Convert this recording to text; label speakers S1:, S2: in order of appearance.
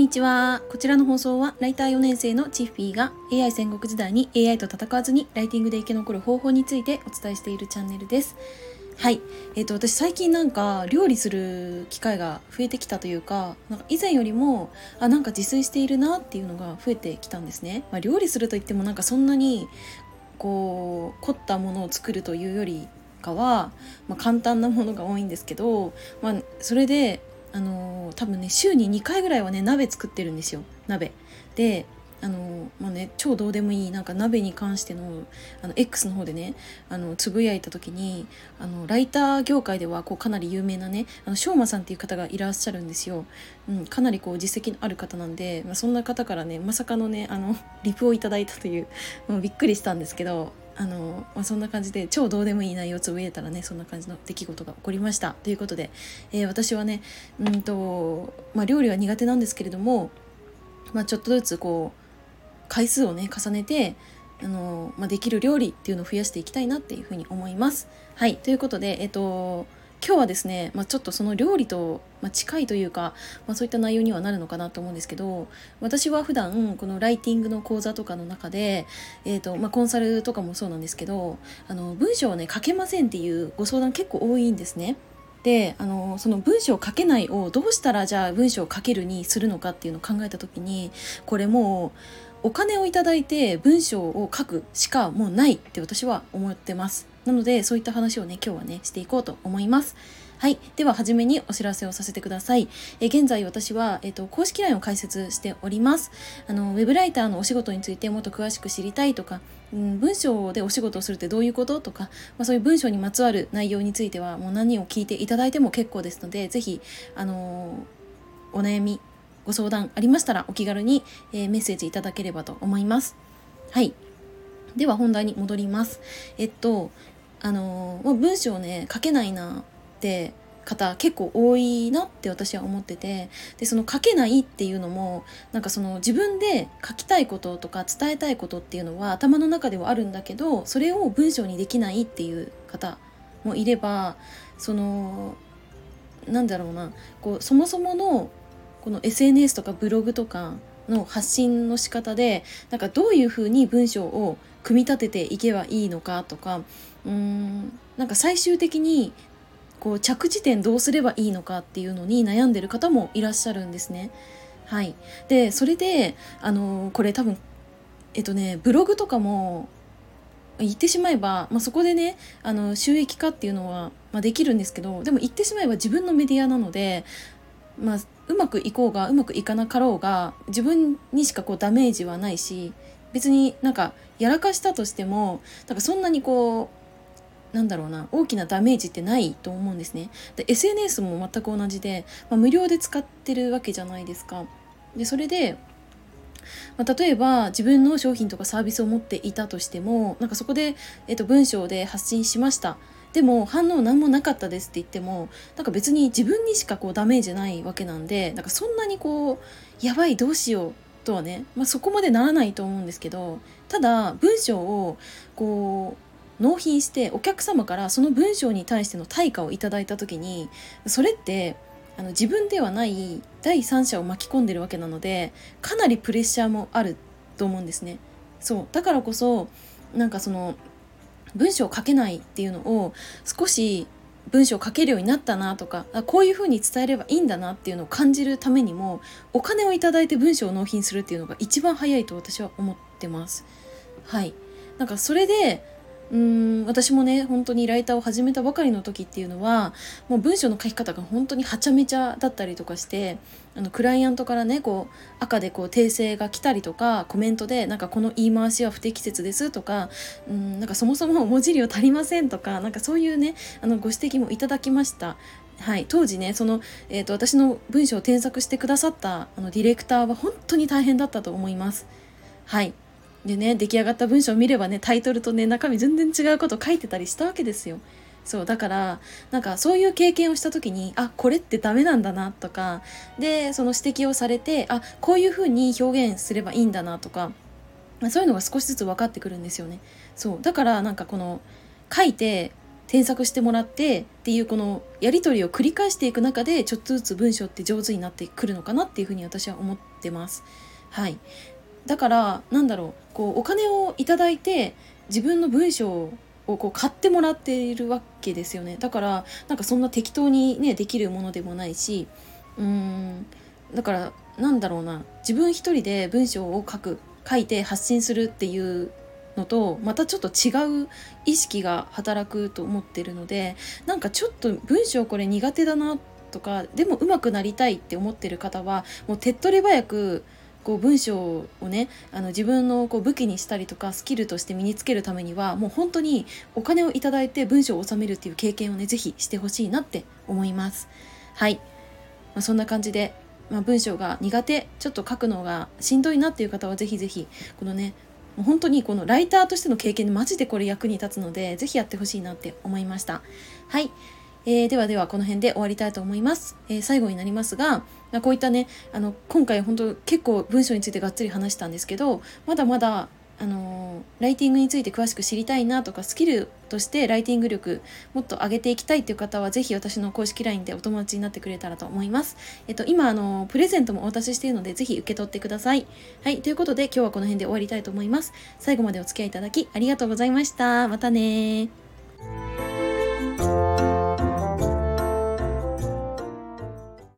S1: ちは。こちらの放送はライター4年生のチッフィーが AI 戦国時代に AI と戦わずにライティングで生き残る方法についてお伝えしているチャンネルです。はい、私最近料理する機会が増えてきたというか、以前よりも自炊しているなっていうのが増えてきたんですね。料理するといってもそんなに凝ったものを作るというよりかは、簡単なものが多いんですけど、それで多分ね週に2回ぐらいはね鍋作ってるんですよ。鍋で超どうでもいい鍋に関してのX の方でねつぶやいた時にライター業界ではかなり有名なねしょうまさんっていう方がいらっしゃるんですよ。かなり実績のある方なんで、そんな方からねまさかのねリプをいただいたというびっくりしたんですけど、そんな感じで超どうでもいい内容をつぶやいたらねそんな感じの出来事が起こりましたということで、私はね料理は苦手なんですけれども、ちょっとずつ回数をね重ねてできる料理っていうのを増やしていきたいなっていうふうに思います。はい、ということで今日はですね、ちょっとその料理と、近いというか、そういった内容にはなるのかなと思うんですけど、私は普段このライティングの講座とかの中で、コンサルとかもそうなんですけど文章をね書けませんっていうご相談結構多いんですね。でその文章を書けないをどうしたらじゃあ文章を書けるにするのかっていうのを考えた時に、これもうお金をいただいて文章を書くしかもうないって私は思ってます。なのでそういった話をね今日はねしていこうと思います。はい、では初めにお知らせをさせてください。現在私は、公式 LINE を開設しております。ウェブライターのお仕事についてもっと詳しく知りたいとか、文章でお仕事をするってどういうこととか、そういう文章にまつわる内容についてはもう何を聞いていただいても結構ですので、ぜひお悩みご相談ありましたらお気軽に、メッセージいただければと思います。はい、では本題に戻ります。文章をね書けないなって方結構多いなって私は思ってて、でその書けないっていうのもその自分で書きたいこととか伝えたいことっていうのは頭の中ではあるんだけど、それを文章にできないっていう方もいれば、そのそもそものこの SNS とかブログとかの発信の仕方でどういうふうに文章を組み立てていけばいいのかとか、最終的に着地点どうすればいいのかっていうのに悩んでる方もいらっしゃるんですね。はい、でそれでこれ多分ブログとかも言ってしまえば、そこでね収益化っていうのは、できるんですけど、でも言ってしまえば自分のメディアなので、うまくいこうがうまくいかなかろうが自分にしかダメージはないし、別にやらかしたとしてもそんなに大きなダメージってないと思うんですね。で SNS も全く同じで、無料で使ってるわけじゃないですか。でそれで例えば自分の商品とかサービスを持っていたとしてもそこで、文章で発信しました。でも反応何もなかったですって言っても別に自分にしかダメージないわけなんで、そんなにやばいどうしようとはね、そこまでならないと思うんですけど、ただ文章を納品してお客様からその文章に対しての対価をいただいた時に、それって自分ではない第三者を巻き込んでるわけなので、かなりプレッシャーもあると思うんですね。そうだからこそその文章を書けないっていうのを少し文章を書けるようになったなとか、こういう風に伝えればいいんだなっていうのを感じるためにも、お金をいただいて文章を納品するっていうのが一番早いと私は思ってます。はい、それで私もね本当にライターを始めたばかりの時っていうのはもう文章の書き方が本当にはちゃめちゃだったりとかして、クライアントからね赤で訂正が来たりとか、コメントでこの言い回しは不適切ですとか、そもそも文字量足りませんとかそういうねご指摘もいただきました。はい、当時ね私の文章を添削してくださったディレクターは本当に大変だったと思います。はいでね、出来上がった文章を見ればねタイトルとね中身全然違うこと書いてたりしたわけですよ。そうだからそういう経験をした時にこれってダメなんだなとかで、その指摘をされてこういう風に表現すればいいんだなとか、そういうのが少しずつ分かってくるんですよね。そうだからこの書いて添削してもらってっていうこのやり取りを繰り返していく中でちょっとずつ文章って上手になってくるのかなっていう風に私は思ってってます。はい。だからこうお金をいただいて自分の文章をこう買ってもらっているわけですよね。だからそんな適当にねできるものでもないし、だから自分一人で文章を書いて発信するっていうのとまたちょっと違う意識が働くと思ってるので、ちょっと文章これ苦手だなとか、でも上手くなりたいって思ってる方はもう手っ取り早くこう文章をね自分のこう武器にしたりとかスキルとして身につけるためにはもう本当にお金をいただいて文章を収めるっていう経験をねぜひしてほしいなって思います。はい、そんな感じで、文章が苦手、ちょっと書くのがしんどいなっていう方はぜひぜひこのねもう本当にこのライターとしての経験でマジでこれ役に立つのでぜひやってほしいなって思いました。はい、ではこの辺で終わりたいと思います。最後になりますが、こういったね今回本当結構文章についてがっつり話したんですけど、まだまだライティングについて詳しく知りたいなとか、スキルとしてライティング力もっと上げていきたいっていう方はぜひ私の公式 LINE でお友達になってくれたらと思います。今プレゼントもお渡ししているのでぜひ受け取ってください。はい、ということで今日はこの辺で終わりたいと思います。最後までお付き合いいただきありがとうございました。またね。